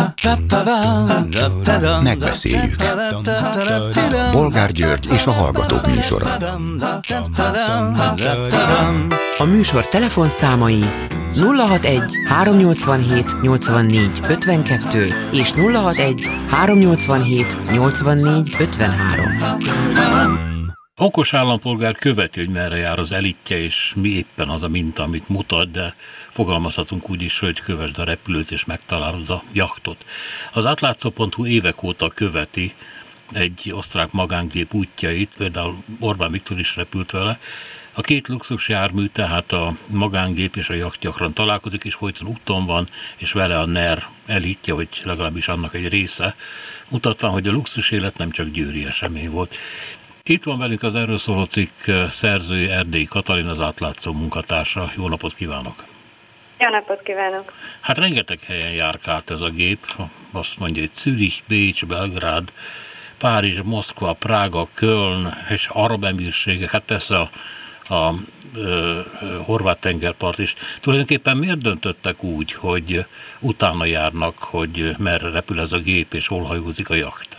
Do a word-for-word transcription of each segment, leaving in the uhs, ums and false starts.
Megbeszéljük. Bolgár György és a Hallgatók műsora. A műsor telefonszámai nulla hatvanegy háromnyolcvanhét nyolcvannégy ötvenkettő és nulla hatvanegy háromnyolcvanhét nyolcvannégy ötvenhárom. Okos állampolgár követi, hogy merre jár az elitje, és mi éppen az a minta, amit mutat, de fogalmazhatunk úgy is, hogy kövesd a repülőt, és megtalálod a jachtot. Az átlátszó pont hu évek óta követi egy osztrák magángép útjait, például Orbán Viktor is repült vele. A két luxus jármű, tehát a magángép és a jacht gyakran találkozik, és folyton úton van, és vele a NER elitje, vagy legalábbis annak egy része, mutatván, hogy a luxus élet nem csak győri esemény volt. Itt van velünk az erről szóló cikk szerzője, Erdélyi Katalin, az átlátszó munkatársa. Jó napot kívánok! Jó napot kívánok! Hát rengeteg helyen járkált ez a gép, azt mondja, hogy Zürich, Bécs, Belgrád, Párizs, Moszkva, Prága, Köln és arab emírségek, hát persze a, a, a, a horvát tengerpart is. Tulajdonképpen miért döntöttek úgy, hogy utána járnak, hogy merre repül ez a gép és hol hajózik a jacht?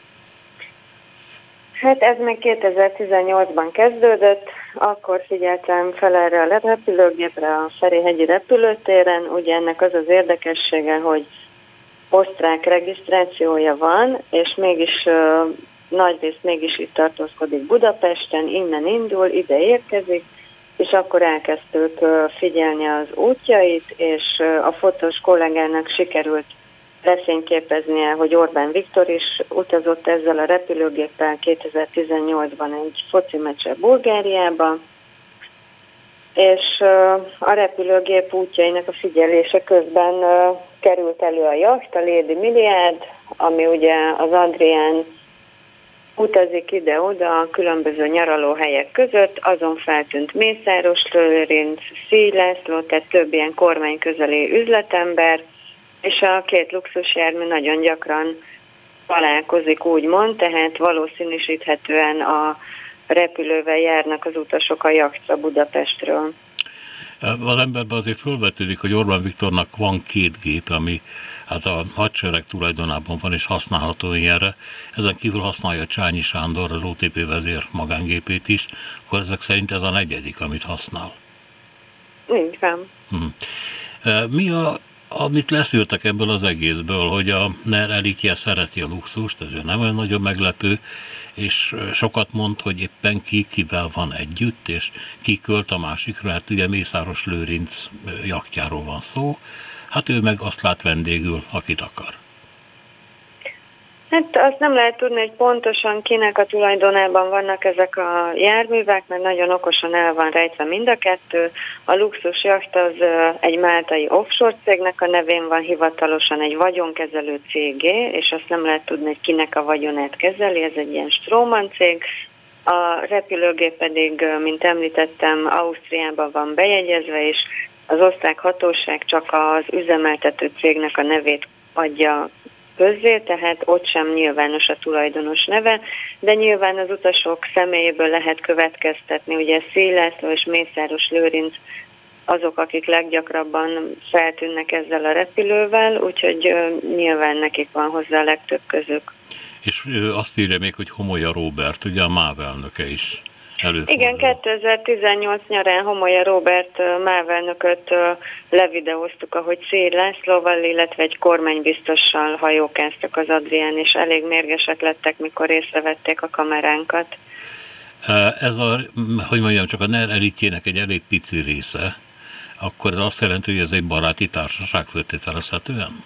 Hát ez még kétezer-tizennyolcban kezdődött, akkor figyeltem fel erre a repülőgépre a Ferihegyi repülőtéren. Ugye ennek az az érdekessége, hogy osztrák regisztrációja van, és mégis uh, nagyrészt mégis itt tartózkodik Budapesten, innen indul, ide érkezik, és akkor elkezdtük uh, figyelni az útjait, és uh, a fotós kollégának sikerült lefényképeznie, hogy Orbán Viktor is utazott ezzel a repülőgéppel kétezer-tizennyolcban egy foci meccsre Bulgáriába, és a repülőgép útjainak a figyelése közben került elő a jacht, a Lady Milliárd, ami ugye az Adrián utazik ide-oda a különböző nyaralóhelyek között, azon feltűnt Mészáros Lőrinc, Szíj László, tehát több ilyen kormányközeli üzletember, és a két luxusjármű nagyon gyakran találkozik, úgymond, tehát valószínűsíthetően a repülővel járnak az utasok a jachtra Budapestről. Az emberben azért fölvetődik, hogy Orbán Viktornak van két gép, ami hát a hadsereg tulajdonában van és használható ilyenre. Ezen kívül használja Csányi Sándor, az o té pé vezér magángépét is, akkor ezek szerint ez a negyedik, amit használ. Így van. Hmm. Mi a Amit leszűrtek ebből az egészből, hogy a NER elitje szereti a luxust, ez nem olyan nagyon meglepő, és sokat mond, hogy éppen ki kivel van együtt, és ki költ a másikra, hát ugye Mészáros Lőrinc jachtjáról van szó, hát ő meg azt lát vendégül, akit akar. Hát azt nem lehet tudni, hogy pontosan kinek a tulajdonában vannak ezek a járművek, mert nagyon okosan el van rejtve mind a kettő. A luxus jacht az egy máltai offshore cégnek a nevén van, hivatalosan egy vagyonkezelő cégé, és azt nem lehet tudni, hogy kinek a vagyonát kezeli, ez egy ilyen Stroman cég. A repülőgép pedig, mint említettem, Ausztriában van bejegyezve, és az osztrák hatóság csak az üzemeltető cégnek a nevét adja közzé, tehát ott sem nyilvános a tulajdonos neve, de nyilván az utasok személyéből lehet következtetni, ugye Szíj László és Mészáros Lőrinc azok, akik leggyakrabban feltűnnek ezzel a repülővel, úgyhogy nyilván nekik van hozzá a legtöbb közük. És azt írja még, hogy Homolya Róbert, ugye a MÁV elnöke is előfordul. Igen, kétezer-tizennyolc nyarán Homolya Róbert MÁV elnököt levideóztuk, ahogy Szíj Lászlóval, illetve egy kormánybiztossal hajókáztak az Adrián, és elég mérgesek lettek, mikor észrevették a kameránkat. Ez a, hogy mondjam, csak a NER elitjének egy elég pici része, akkor ez azt jelenti, hogy ez egy baráti társaság feltételezhetően?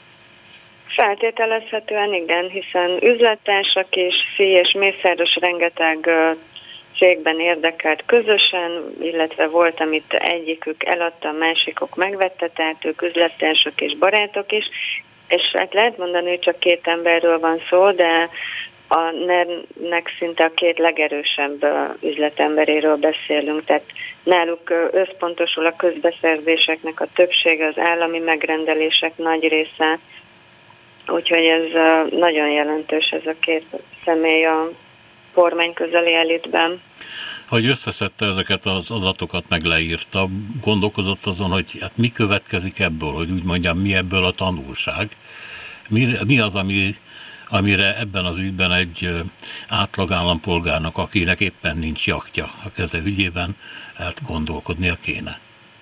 Feltételezhetően igen, hiszen üzlettársak és Szíj és Mészáros rengeteg cégben érdekelt közösen, illetve volt, amit egyikük eladta, a másikok megvette, tehát ők üzlettársak és barátok is, és hát lehet mondani, hogy csak két emberről van szó, de a NER-nek szinte a két legerősebb üzletemberéről beszélünk, tehát náluk összpontosul a közbeszerzéseknek a többsége, az állami megrendelések nagy része, úgyhogy ez nagyon jelentős ez a két személy a kormány közeli elitben. Hogy összeszedte ezeket az adatokat, meg leírta, gondolkozott azon, hogy hát mi következik ebből, hogy úgy mondjam, mi ebből a tanulság, Mi, mi az, ami, amire ebben az ügyben egy átlag állampolgárnak, akinek éppen nincs jachtja a keze ügyében, hát gondolkodnia kéne?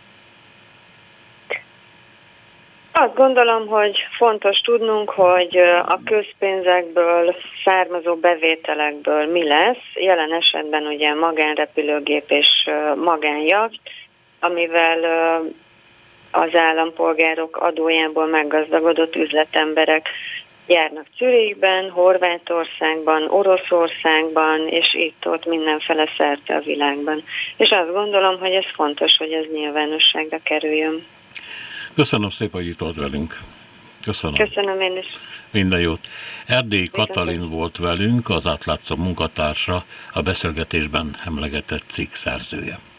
Azt gondolom, hogy fontos tudnunk, hogy a közpénzekből származó bevételekből mi lesz. Jelen esetben ugye magánrepülőgép és magánjacht, amivel az állampolgárok adójából meggazdagodott üzletemberek járnak Zürichben, Horvátországban, Oroszországban, és itt-ott mindenfele szerte a világban. És azt gondolom, hogy ez fontos, hogy ez nyilvánosságra kerüljön. Köszönöm szépen, hogy itt volt velünk. Köszönöm. Köszönöm én is. Minden jót. Erdélyi Katalin volt velünk, az Átlátszó munkatársa, a beszélgetésben emlegetett cikk szerzője.